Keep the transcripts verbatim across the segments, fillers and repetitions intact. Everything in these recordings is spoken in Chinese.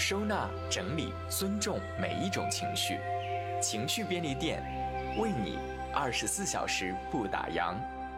收纳、整理、尊重每一种情绪。情绪便利店，为你二十四小时不打烊。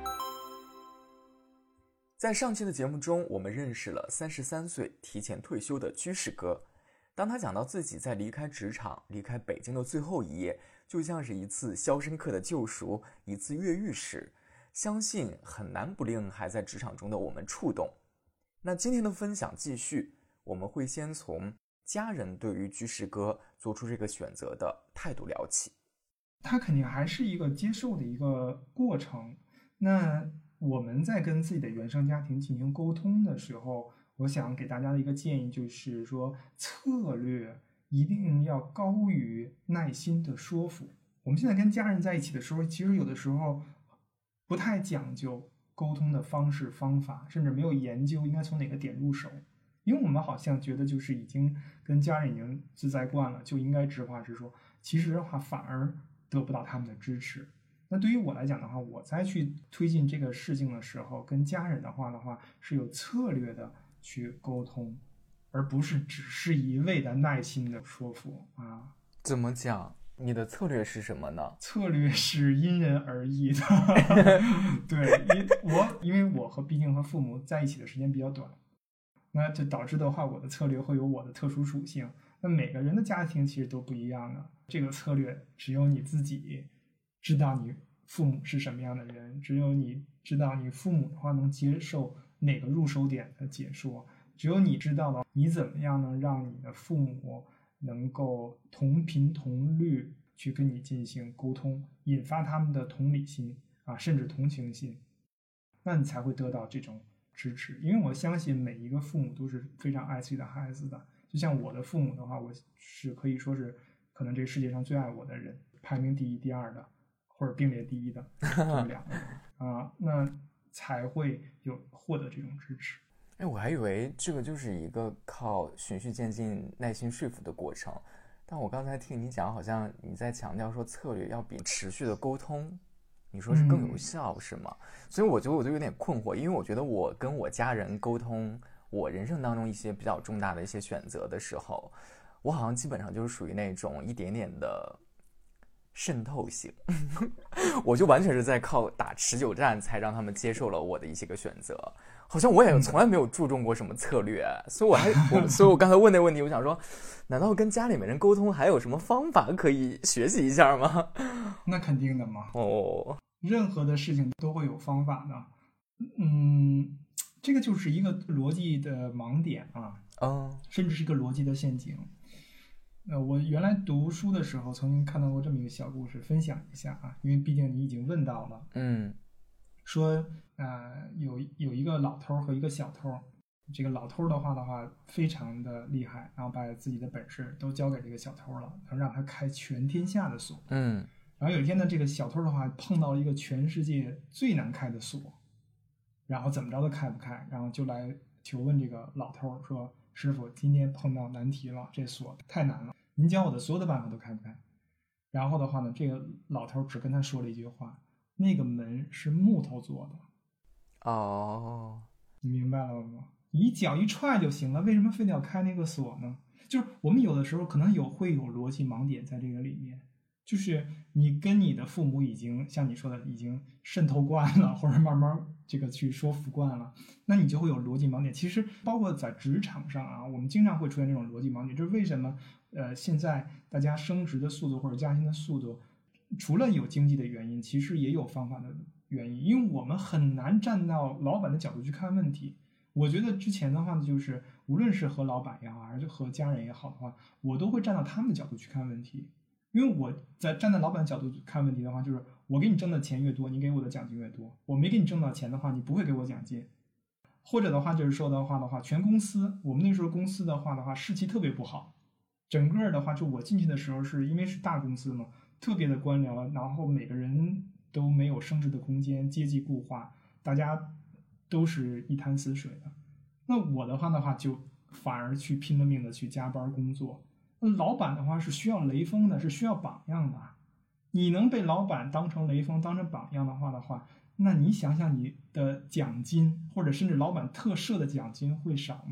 在上期的节目中，我们认识了三十三岁提前退休的居士哥。当他讲到自己在离开职场、离开北京的最后一夜，就像是一次肖申克的救赎，一次越狱时，相信很难不令还在职场中的我们触动。那今天的分享继续，我们会先从家人对于居士哥做出这个选择的态度聊起。 他肯定还是一个接受的一个过程。那我们在跟自己的原生家庭进行沟通的时候，我想给大家的一个建议就是说，策略一定要高于耐心的说服。我们现在跟家人在一起的时候，其实有的时候不太讲究沟通的方式方法，甚至没有研究应该从哪个点入手，因为我们好像觉得就是已经跟家人已经自在惯了，就应该直话直说，其实的话反而得不到他们的支持。那对于我来讲的话，我在去推进这个事情的时候，跟家人的话的话是有策略的去沟通，而不是只是一味的耐心的说服啊。 怎么讲？你的策略是什么呢？ 策略是因人而异的。对，因我因为我和毕竟和父母在一起的时间比较短，那就导致的话，我的策略会有我的特殊属性。那每个人的家庭其实都不一样的，这个策略只有你自己知道你父母是什么样的人，只有你知道你父母的话能接受哪个入手点的解说，只有你知道了你怎么样能让你的父母能够同频同律去跟你进行沟通，引发他们的同理心啊，甚至同情心，那你才会得到这种支持。因为我相信每一个父母都是非常爱自己的孩子的，就像我的父母的话，我是可以说是可能这个世界上最爱我的人，排名第一第二的或者并列第一的这么两个人啊，那才会有获得这种支持。 哎，我还以为这个就是一个靠循序渐进、耐心说服的过程，但我刚才听你讲，好像你在强调说策略要比持续的沟通，你说是更有效，嗯、是吗？所以我觉得我就有点困惑，因为我觉得我跟我家人沟通我人生当中一些比较重大的一些选择的时候，我好像基本上就是属于那种一点点的渗透性，我就完全是在靠打持久战才让他们接受了我的一些个选择，好像我也从来没有注重过什么策略，所以我还我所以我刚才问那个问题，我想说，难道跟家里面人沟通还有什么方法可以学习一下吗？ 那肯定的嘛， 哦， 任何的事情都会有方法的，嗯，这个就是一个逻辑的盲点啊， 嗯， 甚至是一个逻辑的陷阱。呃，我原来读书的时候曾经看到过这么一个小故事，分享一下啊，因为毕竟你已经问到了， 嗯， 说呃有有一个老头和一个小偷，这个老头的话的话非常的厉害，然后把自己的本事都交给这个小偷了，能让他开全天下的锁， 嗯， 然后有一天呢，这个小偷的话碰到了一个全世界最难开的锁，然后怎么着都开不开，然后就来求问这个老头说，师傅，今天碰到难题了，这锁太难了，您教我的所有的办法都开不开。然后的话呢，这个老头只跟他说了一句话，那个门是木头做的。 哦， 你明白了吗？一脚一踹就行了，为什么非得要开那个锁呢？就是我们有的时候可能有会有逻辑盲点在这个里面，就是你跟你的父母已经像你说的已经渗透惯了，或者慢慢这个去说服惯了，那你就会有逻辑盲点。其实包括在职场上啊，我们经常会出现这种逻辑盲点，就是为什么呃现在大家升职的速度或者加薪的速度，除了有经济的原因，其实也有方法的原因，因为我们很难站到老板的角度去看问题。我觉得之前的话呢，就是无论是和老板也好，还是和家人也好的话，我都会站到他们的角度去看问题。因为我在站在老板的角度看问题的话，就是我给你挣的钱越多，你给我的奖金越多。我没给你挣到钱的话，你不会给我奖金。或者的话就是说的话的话，全公司我们那时候公司的话的话士气特别不好，整个的话就我进去的时候是因为是大公司嘛，特别的官僚，然后每个人都没有升职的空间，阶级固化，大家都是一潭死水的。那我的话的话就反而去拼了命的去加班工作。老板的话是需要雷锋的，是需要榜样的。你能被老板当成雷锋当成榜样的话的话，那你想想你的奖金或者甚至老板特设的奖金会少吗？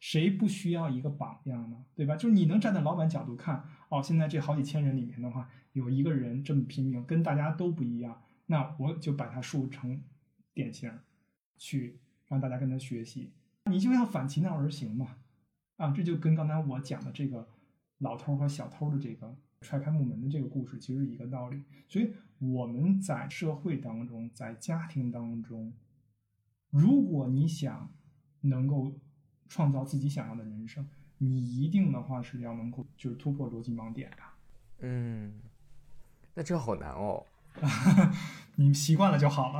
谁不需要一个榜样呢？对吧？就是你能站在老板角度看，哦，现在这好几千人里面的话，有一个人这么拼命，跟大家都不一样，那我就把他树成典型，去让大家跟他学习。你就要反其道而行嘛，啊，这就跟刚才我讲的这个老头和小偷的这个踹开木门的这个故事其实是一个道理。所以我们在社会当中，在家庭当中，如果你想能够创造自己想要的人生，你一定的话是要能够就是突破逻辑盲点的。 嗯，那这好难哦。 你习惯了就好了。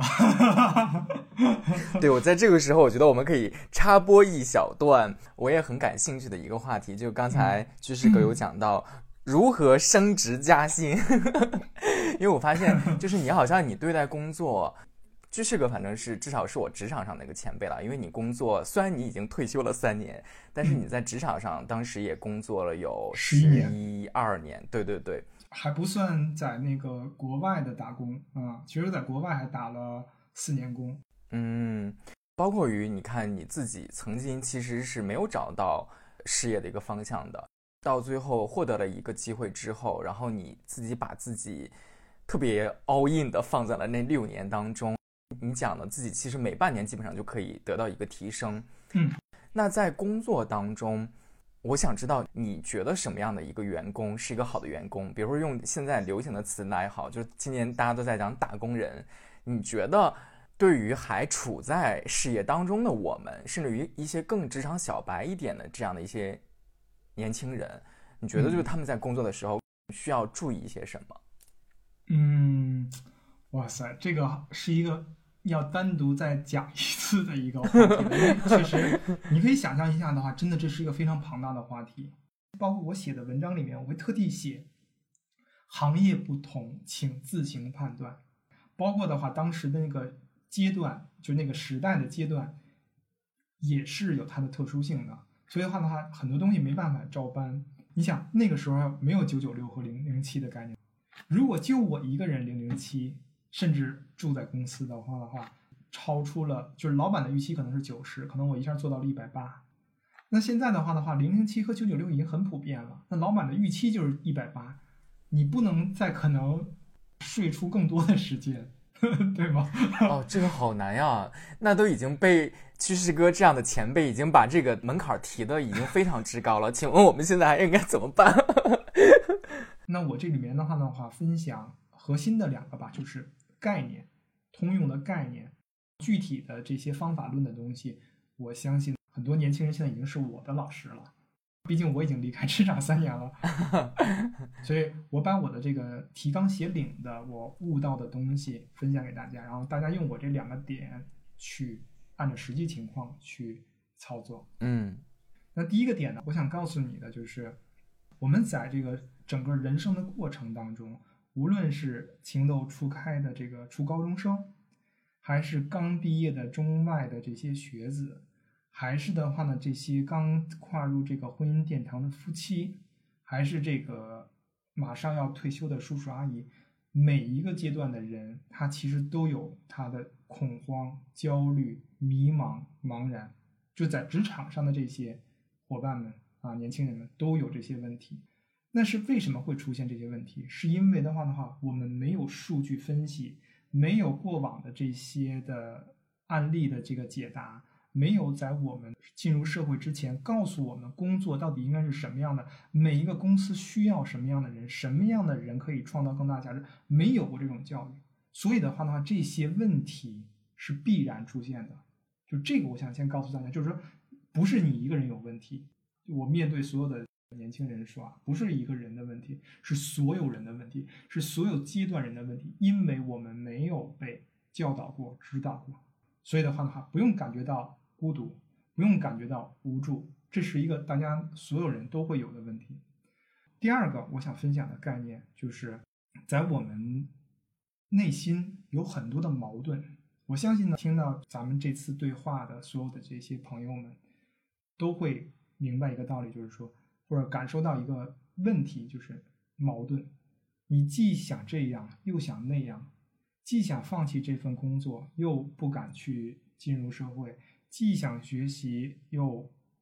对，我在这个时候我觉得我们可以插播一小段我也很感兴趣的一个话题，就刚才居士哥有讲到如何升职加薪。因为我发现就是你好像你对待工作，居士哥反正是至少是我职场上的一个前辈了，因为你工作虽然你已经退休了三年，但是你在职场上当时也工作了有十一二年。对对对， 还不算在那个国外的打工啊，其实在国外还打了四年工。 嗯，包括于你看你自己曾经其实是没有找到事业的一个方向的，到最后获得了一个机会之后，然后你自己把自己特别 all in 的放在了那六年当中。你讲的自己其实每半年基本上就可以得到一个提升。 嗯， 那在工作当中，我想知道你觉得什么样的一个员工是一个好的员工？比如说用现在流行的词来好，就是今年大家都在讲打工人，你觉得对于还处在事业当中的我们，甚至于一些更职场小白一点的这样的一些年轻人，你觉得就是他们在工作的时候需要注意一些什么？ 嗯，哇塞，这个是一个要单独再讲一次的一个话题，因为确实你可以想象一下的话，真的这是一个非常庞大的话题。包括我写的文章里面，我会特地写行业不同，请自行判断。包括的话，当时的那个阶段，就那个时代的阶段，也是有它的特殊性的。所以的话的话，很多东西没办法照搬。你想那个时候没有九九六和零零七的概念，如果就我一个人零零七，甚至住在公司的话的话，超出了就是老板的预期可能是九十，可能我一下做到了一百八。那现在的话的话，零零七和九九六已经很普遍了，那老板的预期就是一百八，你不能再可能睡出更多的时间。对吗？ 哦，这个好难呀！那都已经被趋势哥这样的前辈已经把这个门槛提的已经非常之高了，请问我们现在还应该怎么办？ 那我这里面的话的话，分享核心的两个吧，就是概念，通用的概念，具体的这些方法论的东西，我相信很多年轻人现在已经是我的老师了。毕竟我已经离开职场三年了，所以我把我的这个提纲挈领的我悟到的东西分享给大家，然后大家用我这两个点去按照实际情况去操作。 嗯， 那第一个点呢，我想告诉你的就是，我们在这个整个人生的过程当中，无论是情窦初开的这个初高中生，还是刚毕业的中外的这些学子，还是的话呢，这些刚跨入这个婚姻殿堂的夫妻，还是这个马上要退休的叔叔阿姨，每一个阶段的人，他其实都有他的恐慌、焦虑、迷茫、茫然。就在职场上的这些伙伴们啊，年轻人们都有这些问题。那是为什么会出现这些问题？是因为的话的话，我们没有数据分析，没有过往的这些的案例的这个解答。没有在我们进入社会之前告诉我们工作到底应该是什么样的，每一个公司需要什么样的人，什么样的人可以创造更大价值，没有过这种教育。所以的话的话，这些问题是必然出现的。就这个我想先告诉大家，就是说不是你一个人有问题，我面对所有的年轻人说啊，不是一个人的问题，是所有人的问题，是所有阶段人的问题，因为我们没有被教导过、指导过。所以的话的话，不用感觉到孤独，不用感觉到无助，这是一个大家所有人都会有的问题。第二个我想分享的概念就是在我们内心有很多的矛盾。我相信呢，听到咱们这次对话的所有的这些朋友们都会明白一个道理，就是说或者感受到一个问题，就是矛盾。你既想这样又想那样，既想放弃这份工作又不敢去进入社会，既想学习又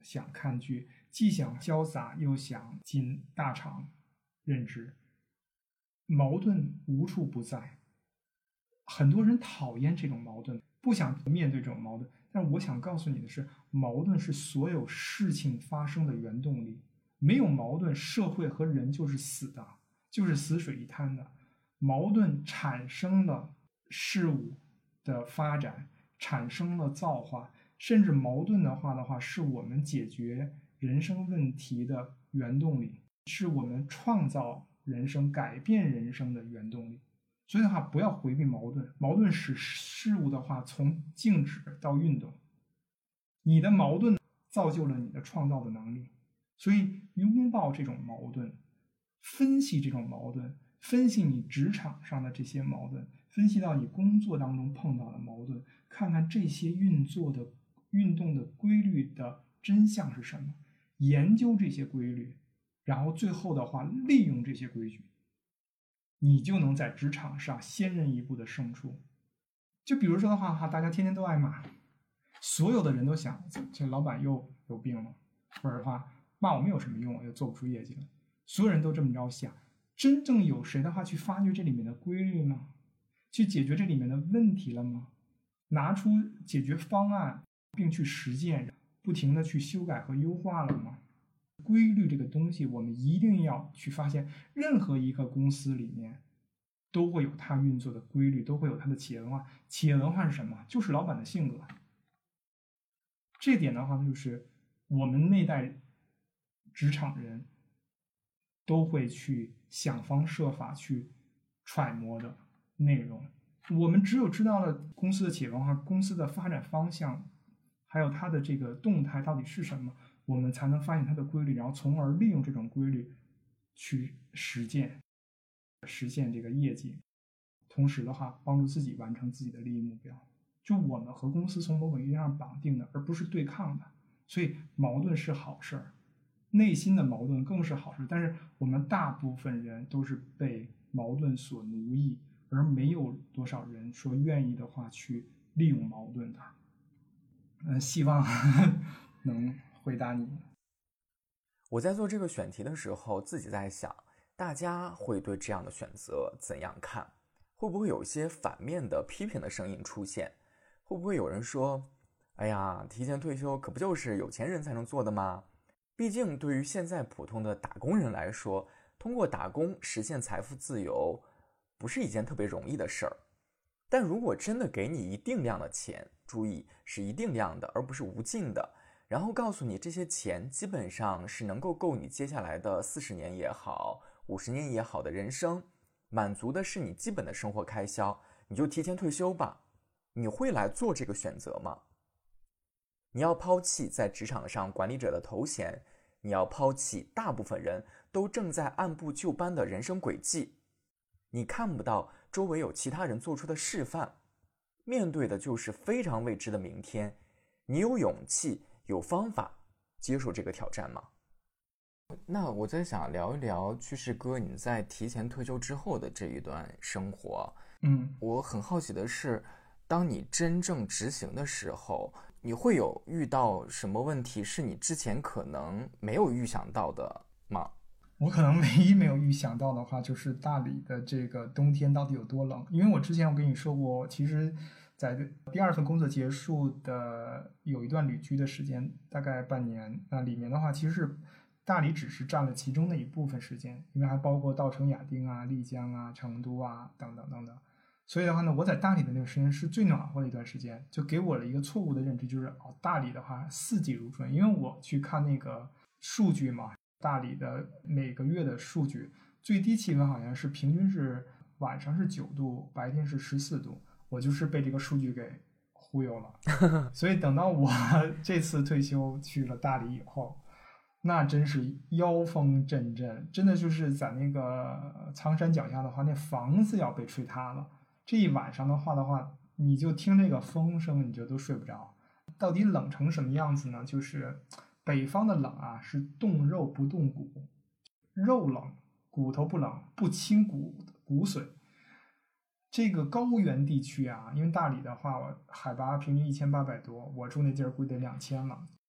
想看剧，既想潇洒又想进大厂任职，矛盾无处不在。很多人讨厌这种矛盾，不想面对这种矛盾，但是我想告诉你的是，矛盾是所有事情发生的原动力。没有矛盾，社会和人就是死的，就是死水一滩的。矛盾产生了事物的发展，产生了造化，甚至矛盾的话的话，是我们解决人生问题的原动力，是我们创造人生、改变人生的原动力。所以的话，不要回避矛盾，矛盾使事物的话从静止到运动。你的矛盾造就了你的创造的能力。所以拥抱这种矛盾，分析这种矛盾，分析你职场上的这些矛盾，分析到你工作当中碰到的矛盾，看看这些运作的运动的规律的真相是什么，研究这些规律，然后最后的话利用这些规矩，你就能在职场上先人一步的胜出。就比如说的话哈，大家天天都挨骂，所有的人都想这老板又有病了，或者的话骂我们有什么用，又做不出业绩了。所有人都这么着想，真正有谁的话去发掘这里面的规律吗？去解决这里面的问题了吗？拿出解决方案并去实践，不停的去修改和优化了吗？规律这个东西我们一定要去发现，任何一个公司里面都会有它运作的规律，都会有它的企业文化。企业文化是什么？就是老板的性格。这点的话，就是我们那代职场人都会去想方设法去揣摩的内容。我们只有知道了公司的企业文化、公司的发展方向，还有它的这个动态到底是什么，我们才能发现它的规律，然后从而利用这种规律去实践实现这个业绩，同时的话帮助自己完成自己的利益目标。就我们和公司从某种意义上绑定的，而不是对抗的。所以矛盾是好事儿，内心的矛盾更是好事。但是我们大部分人都是被矛盾所奴役，而没有多少人说愿意的话去利用矛盾的。嗯、呃，希望能回答你。 我在做这个选题的时候，自己在想，大家会对这样的选择怎样看？会不会有一些反面的批评的声音出现？会不会有人说，哎呀，提前退休可不就是有钱人才能做的吗？毕竟对于现在普通的打工人来说，通过打工实现财富自由不是一件特别容易的事儿。但如果真的给你一定量的钱，注意是一定量的，而不是无尽的，然后告诉你这些钱基本上是能够够你接下来的四十年也好，五十年也好的人生，满足的是你基本的生活开销，你就提前退休吧。你会来做这个选择吗？你要抛弃在职场上管理者的头衔，你要抛弃大部分人都正在按部就班的人生轨迹，你看不到周围有其他人做出的示范，面对的就是非常未知的明天，你有勇气有方法接受这个挑战吗？那我在想聊一聊趋势哥你在提前退休之后的这一段生活。 嗯， 我很好奇的是，当你真正执行的时候，你会有遇到什么问题是你之前可能没有预想到的吗？ 我可能唯一没有预想到的话，就是大理的这个冬天到底有多冷。因为我之前我跟你说过，其实在第二份工作结束的有一段旅居的时间，大概半年。那里面的话，其实是大理只是占了其中的一部分时间，因为还包括稻城亚丁啊、丽江啊、成都啊等等等等。所以的话呢，我在大理的那个时间是最暖和的一段时间，就给我了一个错误的认知，就是哦，大理的话四季如春。因为我去看那个数据嘛，大理的每个月的数据，最低气温好像是平均是晚上是九度，白天是十四度。我就是被这个数据给忽悠了。所以等到我这次退休去了大理以后，那真是妖风阵阵，真的就是在那个苍山脚下的话，那房子要被吹塌了。这一晚上的话的话，你就听这个风声，你就都睡不着。到底冷成什么样子呢？就是北方的冷啊，是冻肉不冻骨，肉冷，骨头不冷，不侵骨骨髓。这个高原地区啊，因为大理的话，海拔平均一千八百多，我住那地儿估计得两千了。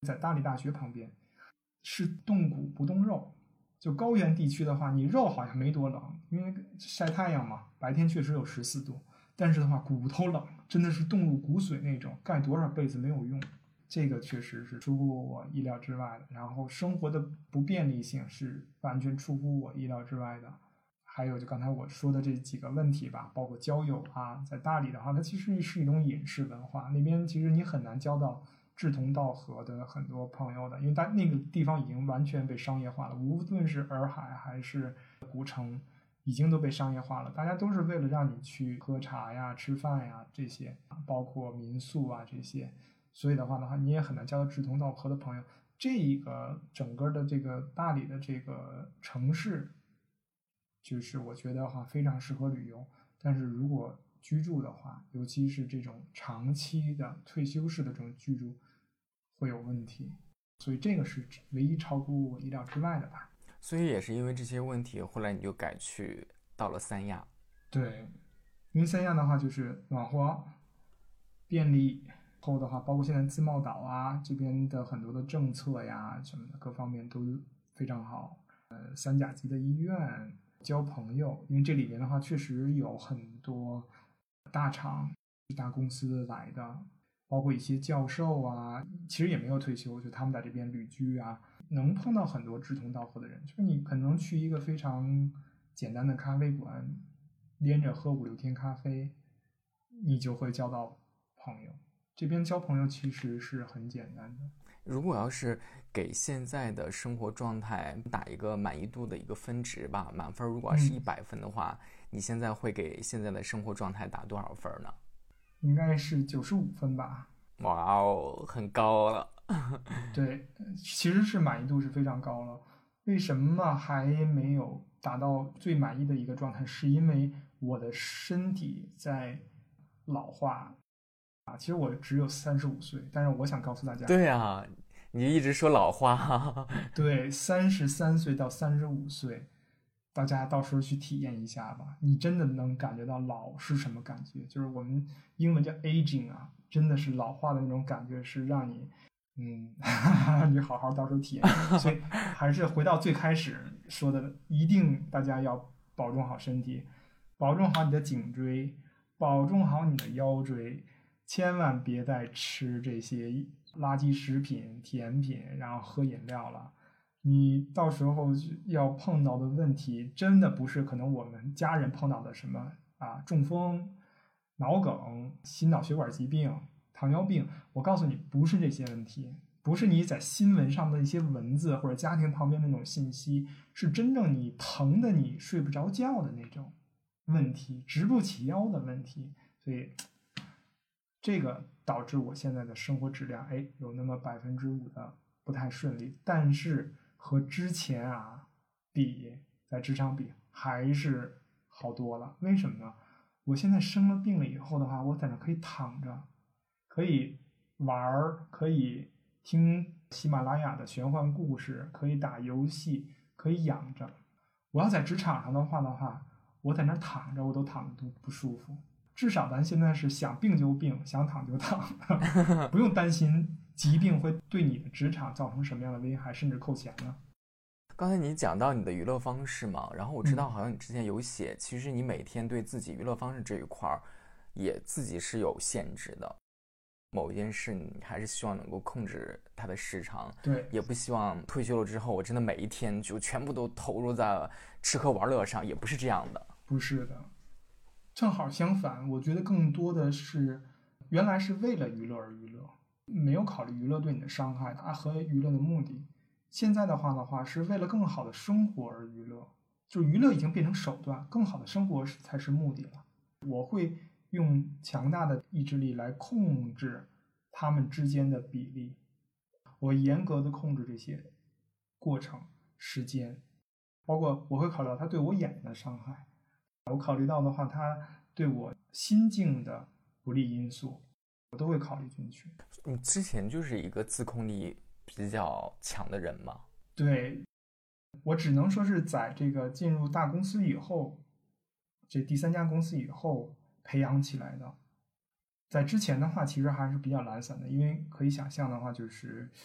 在大理大学旁边，是动骨不动肉。就高原地区的话，你肉好像没多冷，因为晒太阳嘛，白天确实有十四度，但是的话骨头冷，真的是冻入骨髓那种，盖多少被子没有用。这个确实是出乎我意料之外的。然后生活的不便利性是完全出乎我意料之外的。还有就刚才我说的这几个问题吧，包括交友啊，在大理的话，它其实是一种隐士文化，那边其实你很难交到志同道合的很多朋友的，因为它那个地方已经完全被商业化了，无论是洱海还是古城，已经都被商业化了，大家都是为了让你去喝茶呀、吃饭呀这些，包括民宿啊这些，所以的话的话，你也很难交到志同道合的朋友。这一个整个的这个大理的这个城市，就是我觉得话非常适合旅游，但是如果居住的话，尤其是这种长期的退休式的这种居住会有问题，所以这个是唯一超乎我意料之外的吧。 所以也是因为这些问题，后来你就改去到了三亚。 对，因为三亚的话就是暖和、便利，后的话包括现在自贸岛啊这边的很多的政策呀什么的各方面都非常好。呃，三甲级的医院，交朋友，因为这里面的话确实有很多大厂、大公司来的，包括一些教授啊，其实也没有退休，就他们在这边旅居啊，能碰到很多志同道合的人。就是你可能去一个非常简单的咖啡馆，连着喝五六天咖啡，你就会交到朋友。这边交朋友其实是很简单的。 如果要是给现在的生活状态打一个满意度的一个分值吧，满分如果是一百分的话、嗯，你现在会给现在的生活状态打多少分呢？ 应该是九十五分吧。 哇哦，很高了。 对，其实是满意度是非常高了。为什么还没有达到最满意的一个状态？是因为我的身体在老化啊。其实我只有三十五岁，但是我想告诉大家， 对啊，你一直说老化。 对，三十三岁到三十五岁，大家到时候去体验一下吧，你真的能感觉到老是什么感觉，就是我们英文叫 aging 啊，真的是老化的那种感觉，是让你嗯你好好到时候体验。所以还是回到最开始说的，一定大家要保重好身体，保重好你的颈椎，保重好你的腰椎，千万别再吃这些垃圾食品、甜品，然后喝饮料了。你到时候要碰到的问题，真的不是可能我们家人碰到的什么啊，中风、脑梗、心脑血管疾病、糖尿病。我告诉你，不是这些问题，不是你在新闻上的一些文字或者家庭旁边那种信息，是真正你疼的你睡不着觉的那种问题，直不起腰的问题。所以这个导致我现在的生活质量，哎，有那么百分之五的不太顺利，但是和之前啊比，在职场比还是好多了。为什么呢？我现在生了病了以后的话，我在那可以躺着，可以玩，可以听喜马拉雅的玄幻故事，可以打游戏，可以养着。我要在职场上的话的话，我在那躺着我都躺着都不舒服。至少咱现在是想病就病，想躺就躺，不用担心疾病会对你的职场造成什么样的危害，甚至扣钱呢。 刚才你讲到你的娱乐方式嘛，然后我知道好像你之前有写、嗯、其实你每天对自己娱乐方式这一块也自己是有限制的，某一件事你还是希望能够控制它的时长， 对， 也不希望退休了之后我真的每一天就全部都投入在吃喝玩乐上，也不是这样的。 不是的，正好相反，我觉得更多的是原来是为了娱乐而娱乐，没有考虑娱乐对你的伤害啊和娱乐的目的。现在的话的话是为了更好的生活而娱乐，就娱乐已经变成手段，更好的生活才是目的了。我会用强大的意志力来控制他们之间的比例，我严格的控制这些过程、时间，包括我会考虑到它对我眼睛的伤害，我考虑到的话它对我心境的不利因素，我都会考虑进去。 你之前就是一个自控力比较强的人吗？ 对，我只能说是在这个进入大公司以后，这第三家公司以后培养起来的。在之前的话其实还是比较懒散的，因为可以想象的话就是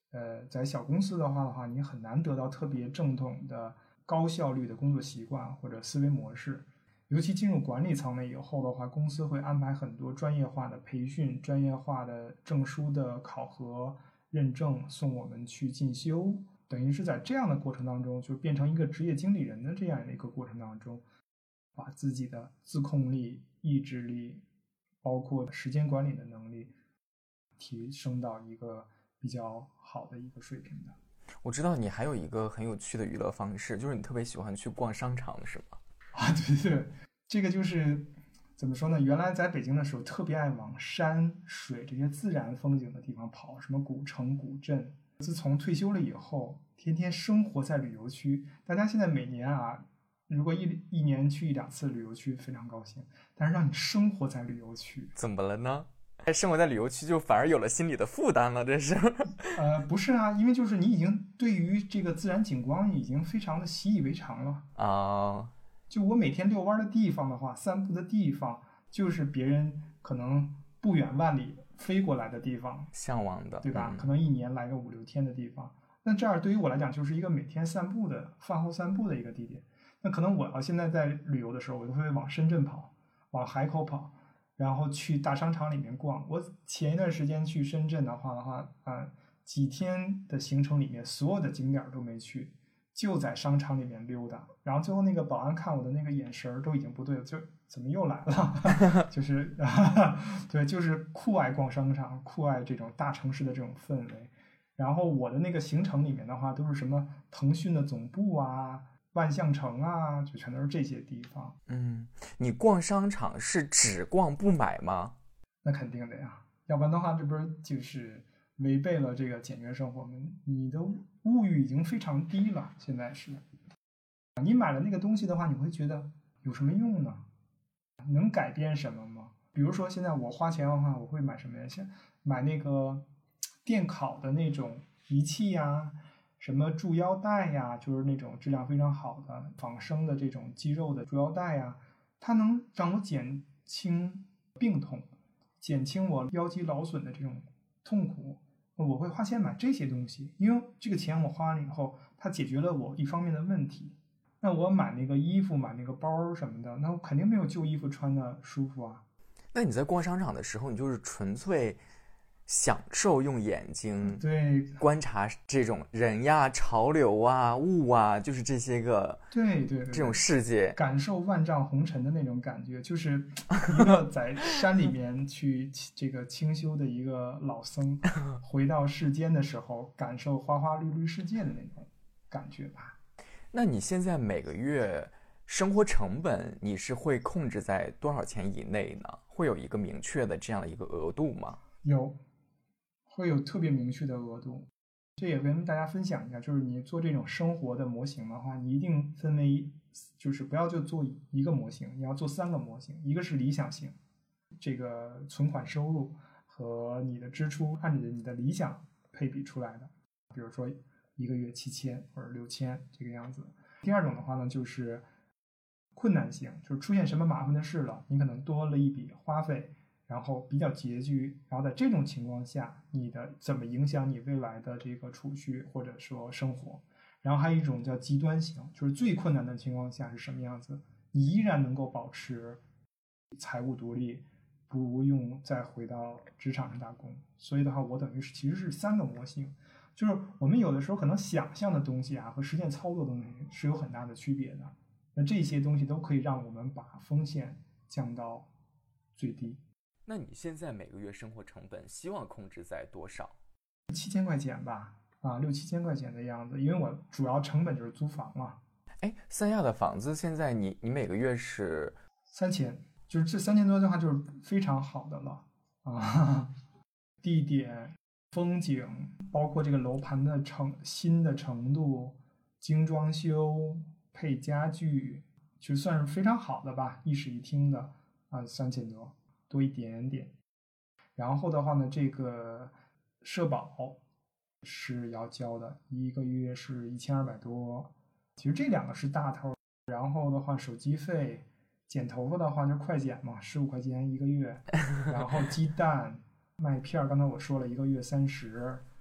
呃，在小公司的话的话，你很难得到特别正统的高效率的工作习惯或者思维模式。尤其进入管理层面以后的话，公司会安排很多专业化的培训、专业化的证书的考核、认证，送我们去进修。等于是在这样的过程当中，就变成一个职业经理人的这样的一个过程当中，把自己的自控力、意志力，包括时间管理的能力，提升到一个比较好的一个水平的。 我知道你还有一个很有趣的娱乐方式，就是你特别喜欢去逛商场，是吗？ 啊，对对对，这个就是怎么说呢？原来在北京的时候，特别爱往山水这些自然风景的地方跑，什么古城、古镇。自从退休了以后，天天生活在旅游区。大家现在每年啊，如果一一年去一两次旅游区，非常高兴。但是让你生活在旅游区， 怎么了呢？生活在旅游区就反而有了心理的负担了，这是？ 呃，不是啊，因为就是你已经对于这个自然景观已经非常的习以为常了啊。Uh... 就我每天遛弯的地方的话，散步的地方，就是别人可能不远万里飞过来的地方， 向往的， 对吧？ 嗯、 可能一年来个五六天的地方。那这儿对于我来讲，就是一个每天散步的、饭后散步的一个地点。那可能我要现在在旅游的时候，我就会往深圳跑，往海口跑，然后去大商场里面逛。我前一段时间去深圳的话的话，啊、呃，几天的行程里面，所有的景点都没去。就在商场里面溜达，然后最后那个保安看我的那个眼神都已经不对了，就怎么又来了？就是对，就是酷爱逛商场，酷爱这种大城市的这种氛围。然后我的那个行程里面的话，都是什么腾讯的总部啊、万象城啊，就全都是这些地方。 嗯，你逛商场是只逛不买吗？ 那肯定的呀，要不然的话，这不是就是违背了这个简约生活吗？你的物欲已经非常低了，现在是。你买了那个东西的话，你会觉得有什么用呢？能改变什么吗？比如说现在我花钱的话，我会买什么呀？像买那个电烤的那种仪器呀，什么束腰带呀，就是那种质量非常好的仿生的这种肌肉的束腰带呀，它能让我减轻病痛，减轻我腰肌劳损的这种痛苦。我会花钱买这些东西，因为这个钱我花了以后，它解决了我一方面的问题。那我买那个衣服，买那个包什么的，那我肯定没有旧衣服穿的舒服啊。 那你在逛商场的时候，你就是纯粹享受用眼睛对观察这种人呀、潮流啊、物啊，就是这些个对对对这种世界， 感受万丈红尘的那种感觉，就是一个在山里面去这个清修的一个老僧，回到世间的时候，感受花花绿绿世界的那种感觉吧。 那你现在每个月生活成本你是会控制在多少钱以内呢？会有一个明确的这样的一个额度吗？ 有，会有特别明确的额度。这也跟大家分享一下，就是你做这种生活的模型的话，你一定分为，就是不要就做一个模型，你要做三个模型。一个是理想型，这个存款收入和你的支出按照你的理想配比出来的，比如说一个月七千或者六千这个样子。第二种的话呢，就是困难型，就是出现什么麻烦的事了，你可能多了一笔花费，然后比较拮据，然后在这种情况下，你的怎么影响你未来的这个储蓄或者说生活。然后还有一种叫极端型，就是最困难的情况下是什么样子，你依然能够保持财务独立，不用再回到职场上打工。所以的话，我等于是其实是三个模型，就是我们有的时候可能想象的东西啊和实践操作的东西是有很大的区别的。那这些东西都可以让我们把风险降到最低。 那你现在每个月生活成本希望控制在多少？ 七千块钱吧，啊，六七千块钱的样子，因为我主要成本就是租房嘛。 哎，三亚的房子现在你你每个月是三千，就是这三千多的话就是非常好的了啊。地点、风景，包括这个楼盘的成新的程度、精装修、配家具，就算是非常好的吧，一室一厅的啊，三千多多一点点。然后的话呢，这个社保是要交的，一个月是一千二百多。其实这两个是大头。然后的话，手机费、剪头发的话就快剪嘛，十五块钱一个月。然后鸡蛋、麦片，刚才我说了一个月三十。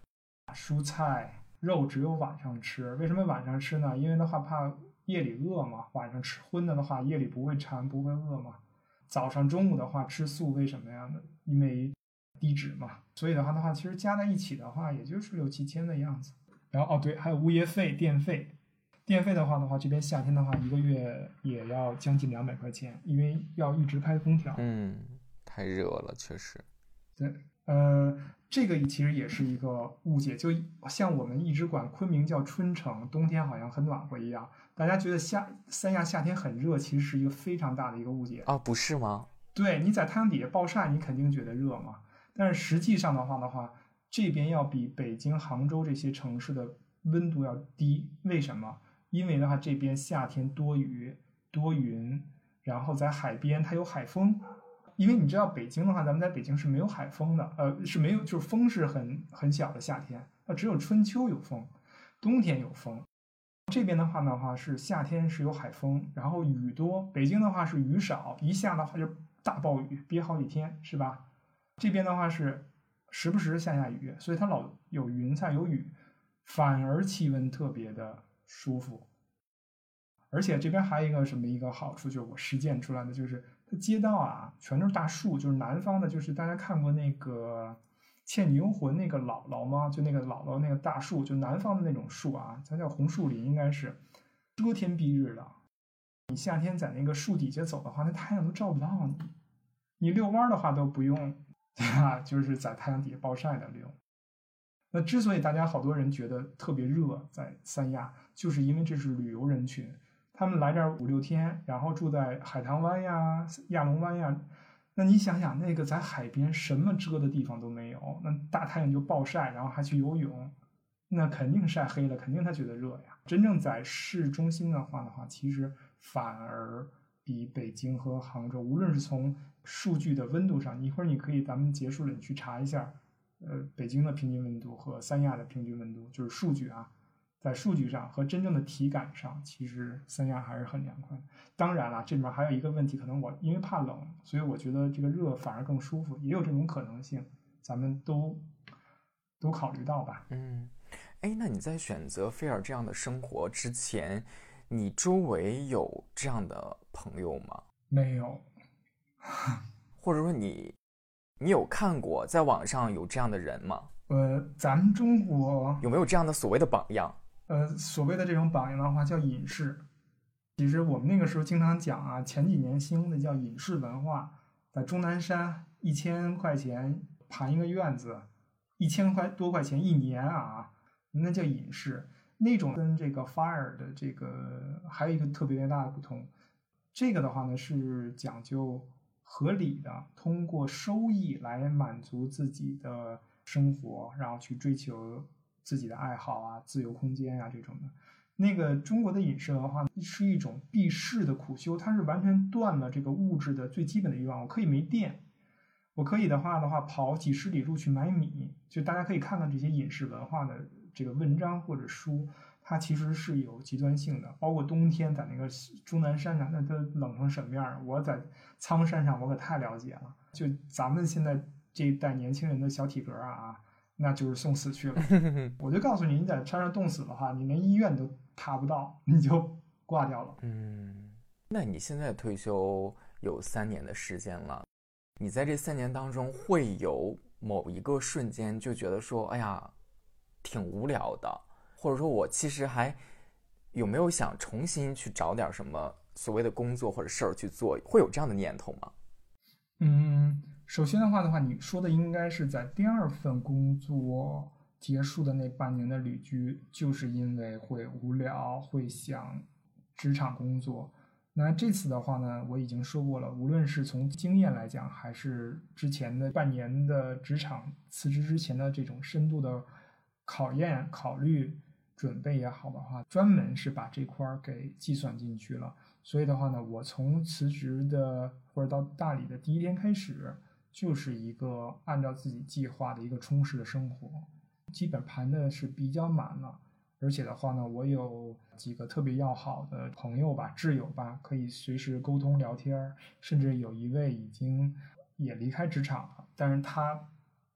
蔬菜、肉只有晚上吃。为什么晚上吃呢？因为的话怕夜里饿嘛，晚上吃荤的的话，夜里不会馋，不会饿嘛。早上、中午的话吃素，为什么呀？因为低脂嘛。所以的话的话，其实加在一起的话，也就是六七千的样子。然后哦对，还有物业费、电费。电费的话的话，这边夏天的话，一个月也要将近两百块钱，因为要一直开空调。 嗯，太热了，确实。 对，呃，这个其实也是一个误解，就像我们一直管昆明叫春城，冬天好像很暖和一样，大家觉得夏三亚夏天很热，其实是一个非常大的一个误解啊，不是吗？ 对，你在太阳底下暴晒，你肯定觉得热嘛，但是实际上的话的话，这边要比北京、杭州这些城市的温度要低，为什么？因为的话，这边夏天多雨多云，然后在海边它有海风。因为你知道北京的话，咱们在北京是没有海风的，呃，是没有，就是风是很很小的夏天，它只有春秋有风，冬天有风。这边的话的话是夏天是有海风，然后雨多。北京的话是雨少，一下的话就大暴雨，憋好几天，是吧？这边的话是时不时下下雨，所以它老有云彩有雨，反而气温特别的舒服。而且这边还有一个什么一个好处，就是我实践出来的，就是它街道啊全都是大树，就是南方的，就是大家看过那个《倩女幽魂》那个姥姥吗？就那个姥姥那个大树，就南方的那种树啊，它叫红树林，应该是遮天蔽日的。你夏天在那个树底下走的话，那太阳都照不到你，你遛弯的话都不用，对吧？就是在太阳底下暴晒的溜。那之所以大家好多人觉得特别热，在三亚，就是因为这是旅游人群。他们来这儿五六天，然后住在海棠湾呀、亚龙湾呀。那你想想，那个在海边什么遮的地方都没有，那大太阳就暴晒，然后还去游泳，那肯定晒黑了，肯定他觉得热呀。真正在市中心的话的话，其实反而比北京和杭州，无论是从数据的温度上，一会儿你可以咱们结束了，你去查一下，呃，北京的平均温度和三亚的平均温度，就是数据啊。在数据上和真正的体感上，其实三亚还是很凉快的。当然了，这里面还有一个问题，可能我因为怕冷，所以我觉得这个热反而更舒服，也有这种可能性，咱们都都考虑到吧。 嗯，哎，那你在选择菲尔这样的生活之前，你周围有这样的朋友吗？ 没有。 或者说你你有看过在网上有这样的人吗？ 呃，咱们中国有没有这样的所谓的榜样？ 呃，所谓的这种榜样的话叫隐士。其实我们那个时候经常讲啊，前几年兴的叫隐士文化，在终南山一千块钱盘一个院子，一千块多块钱一年啊，那叫隐士。那种跟这个 fire 的这个还有一个特别大的不同，这个的话呢是讲究合理的，通过收益来满足自己的生活，然后去追求自己的爱好啊、自由空间啊这种的。那个中国的饮食的话，是一种避世的苦修，它是完全断了这个物质的最基本的欲望。我可以没电，我可以的话的话跑几十里路去买米。就大家可以看看这些饮食文化的这个文章或者书，它其实是有极端性的。包括冬天在那个终南山上，那都冷成什么样？我在苍山上，我可太了解了。就咱们现在这一代年轻人的小体格啊，那就是送死去了。我就告诉你，你在山上冻死的话，你连医院都爬不到，你就挂掉了。 嗯，那你现在退休有三年的时间了，你在这三年当中会有某一个瞬间就觉得说，哎呀，挺无聊的，或者说我其实还有没有想重新去找点什么所谓的工作或者事儿去做，会有这样的念头吗？ 嗯，首先的话的话，你说的应该是在第二份工作结束的那半年的旅居，就是因为会无聊，会想职场工作。那这次的话呢，我已经说过了，无论是从经验来讲，还是之前的半年的职场辞职之前的这种深度的考验、考虑、准备也好的话，专门是把这块给计算进去了。所以的话呢，我从辞职的或者到大理的第一天开始，就是一个按照自己计划的一个充实的生活，基本盘的是比较满了。而且的话呢，我有几个特别要好的朋友吧、挚友吧，可以随时沟通聊天，甚至有一位已经也离开职场了，但是他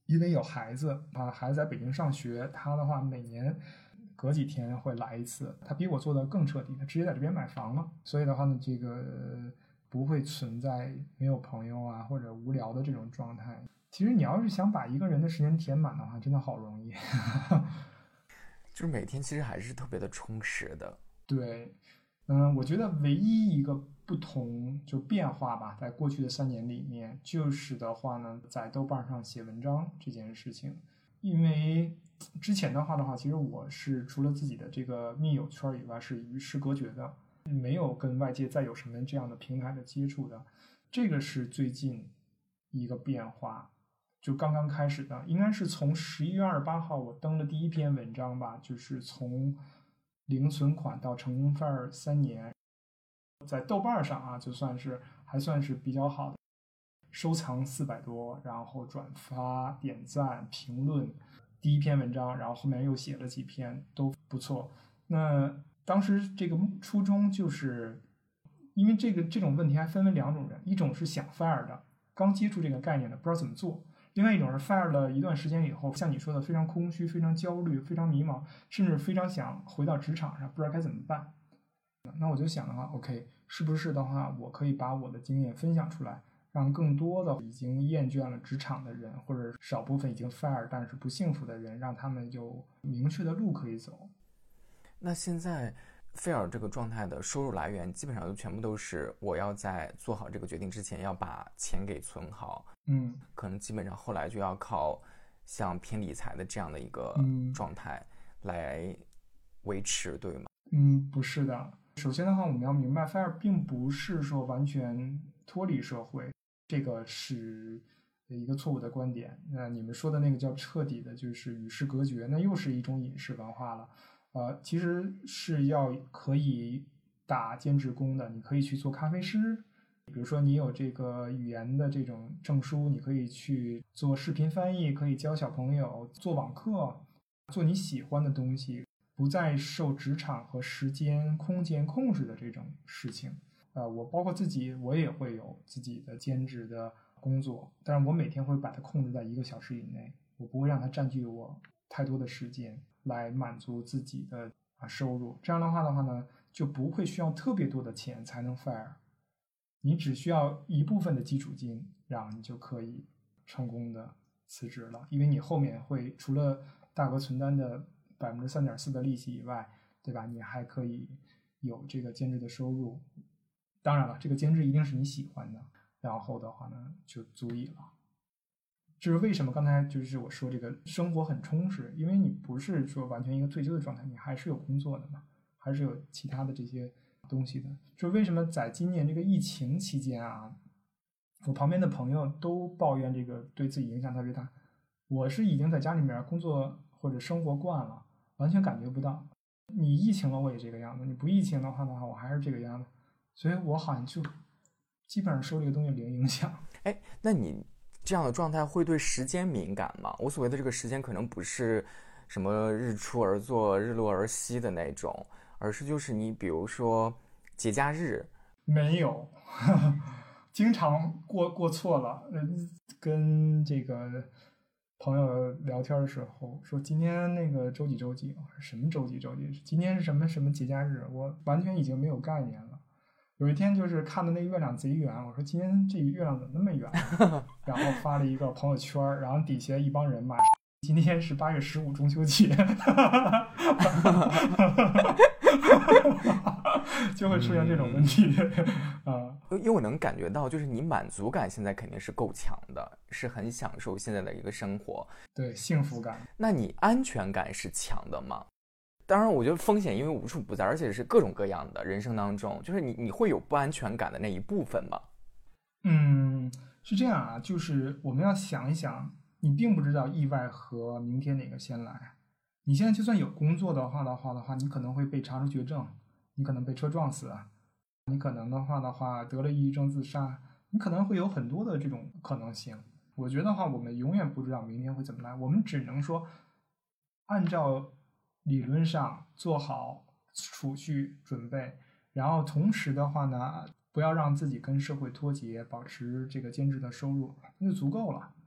因为有孩子啊，孩子在北京上学，他的话每年隔几天会来一次，他比我做的更彻底，他直接在这边买房了，所以的话呢，这个不会存在没有朋友啊或者无聊的这种状态。其实你要是想把一个人的时间填满的话，真的好容易。 就是每天其实还是特别的充实的。 对，嗯，我觉得唯一一个不同就变化吧，在过去的三年里面，就是的话呢，在豆瓣上写文章这件事情，因为之前的话的话，其实我是除了自己的这个密友圈以外，是与世隔绝的，没有跟外界再有什么这样的平台的接触的。这个是最近一个变化，就刚刚开始的，应该是从十一月二十八号我登的第一篇文章吧，就是从零存款到成功范儿三年，在豆瓣上啊，就算是还算是比较好的，收藏四百多，然后转发、点赞、评论，第一篇文章，然后后面又写了几篇，都不错。那当时这个初衷就是，因为这个这种问题还分为两种人，一种是想 fire 的，刚接触这个概念的，不知道怎么做。另外一种是 fire 了一段时间以后，像你说的非常空虚、非常焦虑、非常迷茫，甚至非常想回到职场上，不知道该怎么办。那我就想的话 ，OK， 是不是的话，我可以把我的经验分享出来，让更多的已经厌倦了职场的人，或者少部分已经 fire 但是不幸福的人，让他们有明确的路可以走。 那现在 fire 这个状态的收入来源基本上就全部都是我要在做好这个决定之前要把钱给存好， 嗯， 可能基本上后来就要靠像偏理财的这样的一个状态来维持，对吗？ 嗯，不是的。首先的话，我们要明白 fire 并不是说完全脱离社会，这个是一个错误的观点。那你们说的那个叫彻底的，就是与世隔绝，那又是一种隐士文化了。呃，其实是要可以打兼职工的，你可以去做咖啡师，比如说你有这个语言的这种证书，你可以去做视频翻译，可以教小朋友做网课，做你喜欢的东西，不再受职场和时间、空间控制的这种事情。呃，我包括自己，我也会有自己的兼职的工作，但是我每天会把它控制在一个小时以内，我不会让它占据我太多的时间。来满足自己的啊收入，这样的话的话呢，就不会需要特别多的钱才能 fire， 你只需要一部分的基础金，然后你就可以成功的辞职了，因为你后面会除了大额存单的百分之三点四的利息以外，对吧？你还可以有这个兼职的收入，当然了，这个兼职一定是你喜欢的，然后的话呢，就足以了。这是为什么刚才就是我说这个生活很充实，因为你不是说完全一个退休的状态，你还是有工作的嘛，还是有其他的这些东西的。就为什么在今年这个疫情期间啊，我旁边的朋友都抱怨这个对自己影响特别大，我是已经在家里面工作或者生活惯了，完全感觉不到。你疫情了我也这个样子，你不疫情的话的话我还是这个样子，所以我好像就基本上受这个东西零影响。 哎，那你这样的状态会对时间敏感吗？我所谓的这个时间可能不是什么日出而作日落而息的那种，而是就是你比如说节假日。 没有，呵呵经常过过错了。跟这个朋友聊天的时候说今天那个周几周几，什么周几周几，今天是什么什么节假日，我完全已经没有概念了。有一天就是看的那月亮贼圆，我说今天这月亮怎么那么圆？然后发了一个朋友圈，然后底下一帮人骂今天是八月十五中秋节，就会出现这种问题啊。 因为我能感觉到，就是你满足感现在肯定是够强的，是很享受现在的一个生活， 对，幸福感。 那你安全感是强的吗？当然我觉得风险因为无处不在，而且是各种各样的，人生当中就是你你会有不安全感的那一部分吗？ 嗯，是这样啊，就是我们要想一想，你并不知道意外和明天哪个先来。你现在就算有工作的话的话的话，你可能会被查出绝症，你可能被车撞死，你可能的话的话得了抑郁症自杀，你可能会有很多的这种可能性。我觉得话，我们永远不知道明天会怎么来，我们只能说按照理论上做好储蓄准备，然后同时的话呢，不要让自己跟社会脱节，保持这个兼职的收入，那就足够了。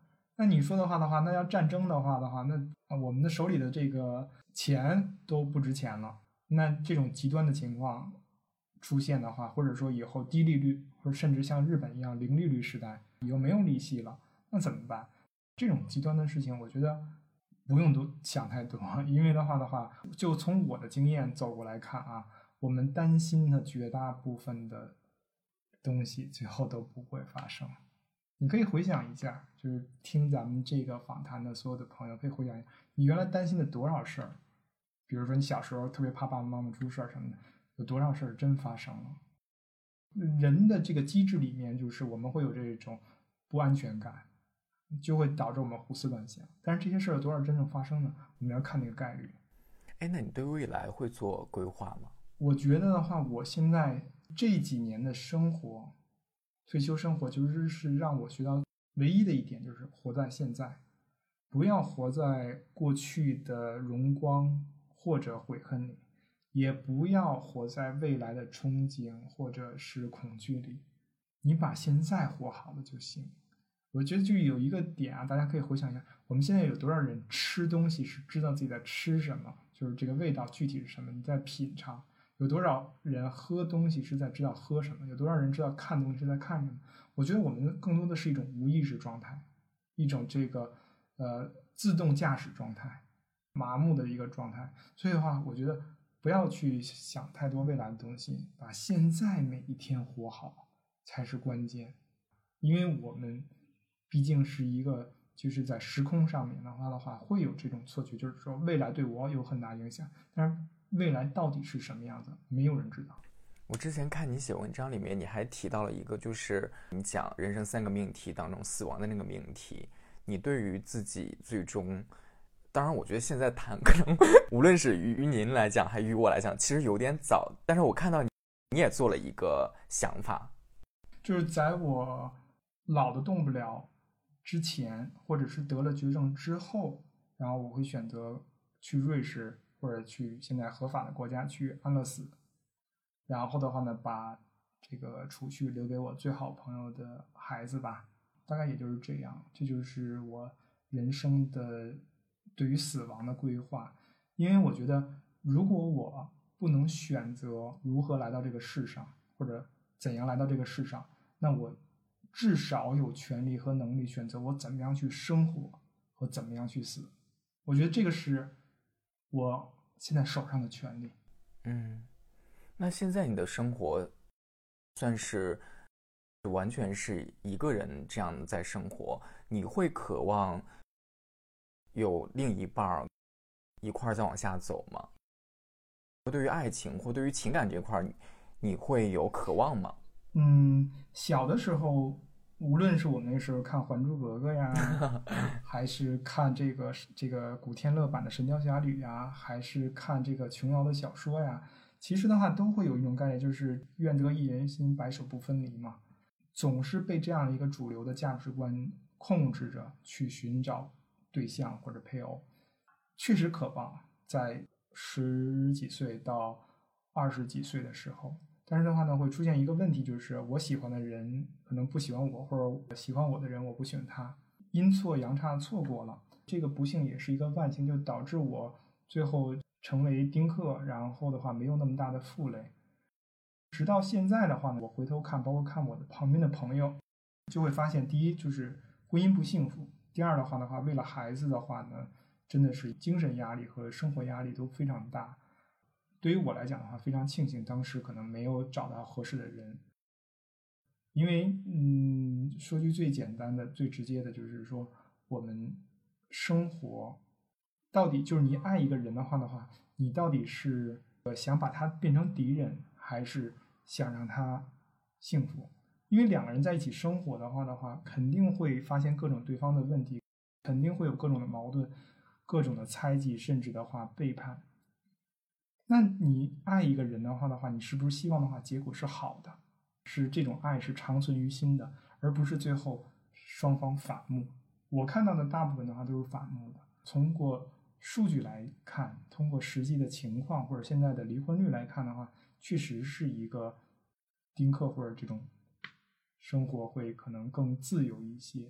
那你说的话的话，那要战争的话的话，那我们的手里的这个钱都不值钱了。那这种极端的情况出现的话，或者说以后低利率，或者甚至像日本一样零利率时代，以后没有利息了，那怎么办？这种极端的事情，我觉得不用多想太多，因为的话的话，就从我的经验走过来看啊，我们担心的绝大部分的东西最后都不会发生。你可以回想一下，就是听咱们这个访谈的所有的朋友，可以回想一下，你原来担心的多少事儿，比如说你小时候特别怕爸爸妈妈出事儿什么的，有多少事儿真发生了？人的这个机制里面，就是我们会有这种不安全感，就会导致我们胡思乱想。但是这些事儿有多少真正发生呢？我们要看那个概率。 哎，那你对未来会做规划吗？ 我觉得的话，我现在这几年的生活，退休生活，就是是让我学到唯一的一点，就是活在现在，不要活在过去的荣光或者悔恨里，也不要活在未来的憧憬或者是恐惧里，你把现在活好了就行。我觉得就有一个点啊，大家可以回想一下，我们现在有多少人吃东西是知道自己在吃什么，就是这个味道具体是什么，你在品尝。有多少人喝东西是在知道喝什么？有多少人知道看东西是在看什么？我觉得我们更多的是一种无意识状态，一种这个呃自动驾驶状态，麻木的一个状态。所以的话，我觉得不要去想太多未来的东西，把现在每一天活好才是关键。因为我们毕竟是一个就是在时空上面的话的话，会有这种错觉，就是说未来对我有很大影响，但是未来到底是什么样子，没有人知道。 我之前看你写文章里面，你还提到了一个，就是你讲人生三个命题当中死亡的那个命题。你对于自己最终，当然我觉得现在谈可能无论是于您来讲还是于我来讲，其实有点早。但是我看到你你也做了一个想法， 就是在我老的动不了之前，或者是得了绝症之后，然后我会选择去瑞士或者去现在合法的国家去安乐死。然后的话呢，把这个储蓄留给我最好朋友的孩子吧，大概也就是这样。这就是我人生的对于死亡的规划。因为我觉得，如果我不能选择如何来到这个世上，或者怎样来到这个世上，那我至少有权利和能力选择我怎么样去生活和怎么样去死。我觉得这个是我现在手上的权利。 嗯。那现在你的生活算是完全是一个人这样在生活，你会渴望有另一半一块再往下走吗？对于爱情或对于情感这块，你会有渴望吗？ 嗯，小的时候，无论是我们那时候看《还珠格格》呀，还是看这个这个古天乐版的《神雕侠侣》呀，还是看这个琼瑶的小说呀，其实的话都会有一种概念，就是愿得一人心，白首不分离嘛。总是被这样的一个主流的价值观控制着去寻找对象或者配偶，确实渴望在十几岁到二十几岁的时候。但是的话呢，会出现一个问题，就是我喜欢的人可能不喜欢我，或者我喜欢我的人我不喜欢他，阴错阳差错过了。这个不幸也是一个万幸，就导致我最后成为丁克，然后的话没有那么大的负累。直到现在的话呢，我回头看，包括看我的旁边的朋友，就会发现，第一就是婚姻不幸福，第二的话的话，为了孩子的话呢，真的是精神压力和生活压力都非常大。对于我来讲的话，非常庆幸当时可能没有找到合适的人，因为嗯，说句最简单的、最直接的，就是说我们生活到底就是你爱一个人的话的话，你到底是想把他变成敌人，还是想让他幸福？因为两个人在一起生活的话的话，肯定会发现各种对方的问题，肯定会有各种的矛盾、各种的猜忌，甚至的话背叛。那你爱一个人的话的话，你是不是希望的话结果是好的，是这种爱是长存于心的，而不是最后双方反目？我看到的大部分的话都是反目的。通过数据来看，通过实际的情况或者现在的离婚率来看的话，确实是一个丁克或者这种生活会可能更自由一些。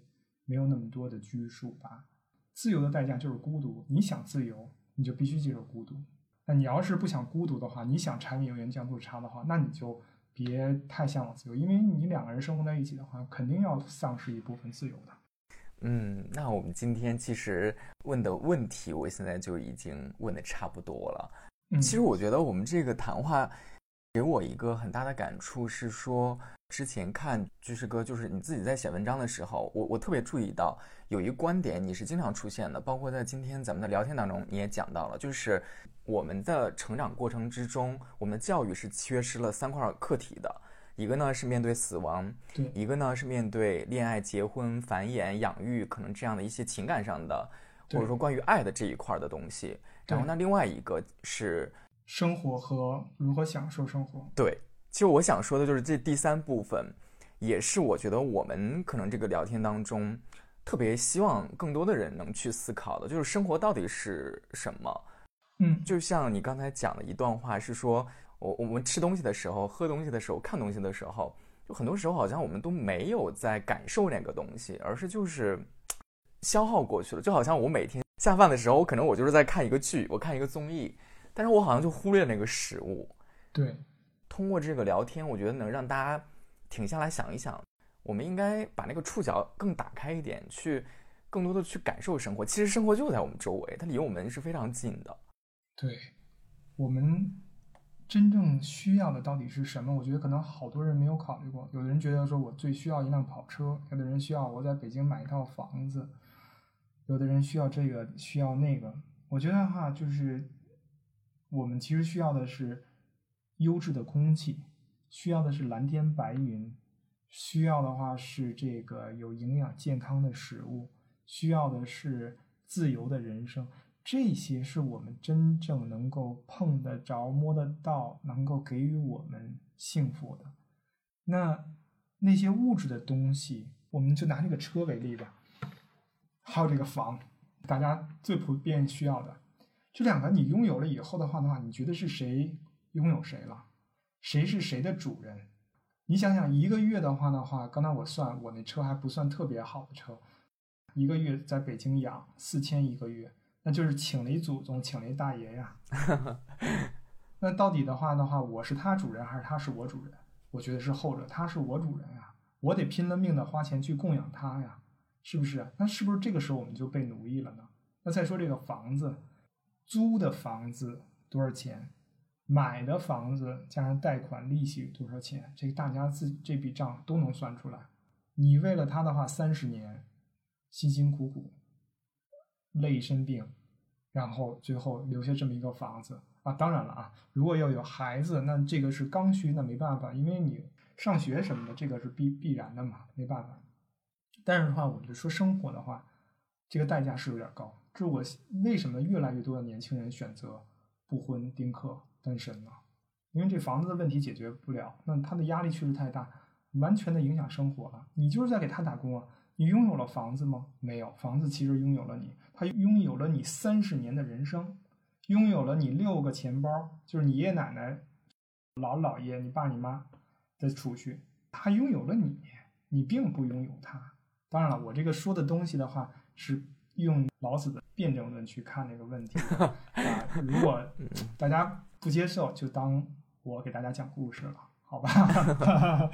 没有那么多的拘束吧。自由的代价就是孤独，你想自由，你就必须接受孤独。那你要是不想孤独的话，你想柴米油盐酱醋茶的话，那你就别太向往自由，因为你两个人生活在一起的话，肯定要丧失一部分自由的。 嗯，那我们今天其实问的问题，我现在就已经问的差不多了。 嗯， 其实我觉得我们这个谈话给我一个很大的感触是说，之前看居士哥，就是你自己在写文章的时候，我我特别注意到有一个观点你是经常出现的，包括在今天咱们的聊天当中你也讲到了，就是我们的成长过程之中，我们的教育是缺失了三块课题的。一个呢是面对死亡， 对， 一个呢是面对恋爱、结婚、繁衍、养育，可能这样的一些情感上的，或者说关于爱的这一块的东西。然后呢，另外一个是生活和如何享受生活。 对，其实我想说的就是这第三部分，也是我觉得我们可能这个聊天当中特别希望更多的人能去思考的，就是生活到底是什么。 嗯， 就像你刚才讲的一段话是说，我我们吃东西的时候、喝东西的时候、看东西的时候，就很多时候好像我们都没有在感受那个东西，而是就是消耗过去了。就好像我每天下饭的时候，我可能我就是在看一个剧，我看一个综艺，但是我好像就忽略了那个食物。 对， 通过这个聊天，我觉得能让大家停下来想一想，我们应该把那个触角更打开一点，去更多的去感受生活。其实生活就在我们周围，它离我们是非常近的。 对，我们真正需要的到底是什么？我觉得可能好多人没有考虑过。有的人觉得说我最需要一辆跑车，有的人需要我在北京买一套房子，有的人需要这个需要那个。我觉得哈，就是我们其实需要的是优质的空气，需要的是蓝天白云，需要的话是这个有营养健康的食物，需要的是自由的人生。这些是我们真正能够碰得着、摸得到，能够给予我们幸福的。那那些物质的东西，我们就拿这个车为例吧，还有这个房，大家最普遍需要的这两个，你拥有了以后的话的话，你觉得是谁拥有谁了？谁是谁的主人？你想想，一个月的话的话，刚才我算，我那车还不算特别好的车，一个月在北京养四千一个月。那就是请了一祖宗，请了一大爷呀。那到底的话的话，我是他主人还是他是我主人？我觉得是后者，他是我主人呀，我得拼了命的花钱去供养他呀，是不是？那是不是这个时候我们就被奴役了呢？那再说这个房子，租的房子多少钱？买的房子加上贷款利息多少钱？这个大家自己这笔账都能算出来。你为了他的话，三十年辛辛苦苦。累生病，然后最后留下这么一个房子啊！当然了啊，如果要有孩子，那这个是刚需，那没办法，因为你上学什么的，这个是必必然的嘛，没办法。但是的话，我就说生活的话，这个代价是有点高。这我为什么越来越多的年轻人选择不婚、丁克、单身呢？因为这房子的问题解决不了，那他的压力确实太大，完全的影响生活了。你就是在给他打工啊。你拥有了房子吗？没有，房子其实拥有了你，它拥有了你三十年的人生，拥有了你六个钱包，就是你爷爷奶奶、姥姥姥爷、你爸你妈的储蓄，他拥有了你，你并不拥有他。当然了，我这个说的东西的话，是用老子的辩证论去看这个问题啊。如果大家不接受，就当我给大家讲故事了，好吧？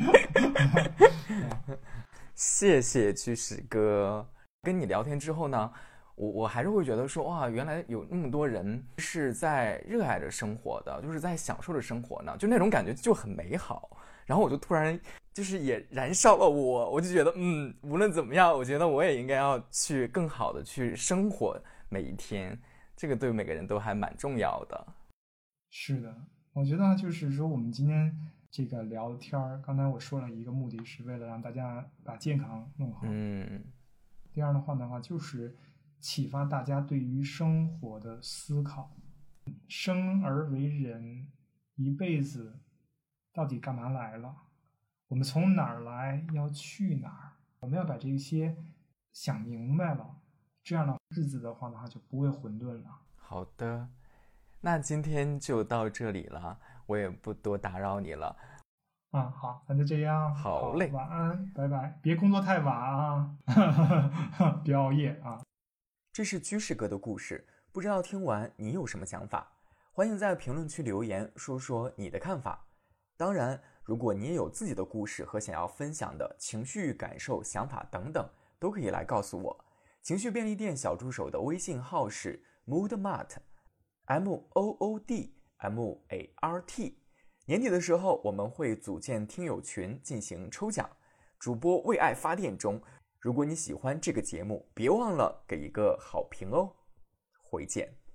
谢谢居士哥，跟你聊天之后呢，我我还是会觉得说，哇，原来有那么多人是在热爱着生活的，就是在享受着生活呢，就那种感觉就很美好。然后我就突然就是也燃烧了我，我就觉得，嗯，无论怎么样，我觉得我也应该要去更好的去生活每一天，这个对每个人都还蛮重要的。 是的，我觉得就是说我们今天这个聊天儿，刚才我说了一个目的是为了让大家把健康弄好。 嗯。 第二的话的话，就是启发大家对于生活的思考。生而为人，一辈子到底干嘛来了？我们从哪儿来，要去哪儿？我们要把这些想明白了，这样的日子的话的话就不会混沌了。 好的，那今天就到这里了，我也不多打扰你了。 啊，好，那就这样。 好嘞， 晚安，拜拜，别工作太晚啊，别熬夜啊。 这是居士哥的故事，不知道听完你有什么想法？欢迎在评论区留言说说你的看法。当然，如果你也有自己的故事和想要分享的情绪、感受、想法等等，都可以来告诉我。情绪便利店小助手的微信号是 moodmart M O O D M A R T。 年底的时候我们会组建听友群进行抽奖，主播为爱发电中。如果你喜欢这个节目，别忘了给一个好评哦。回见。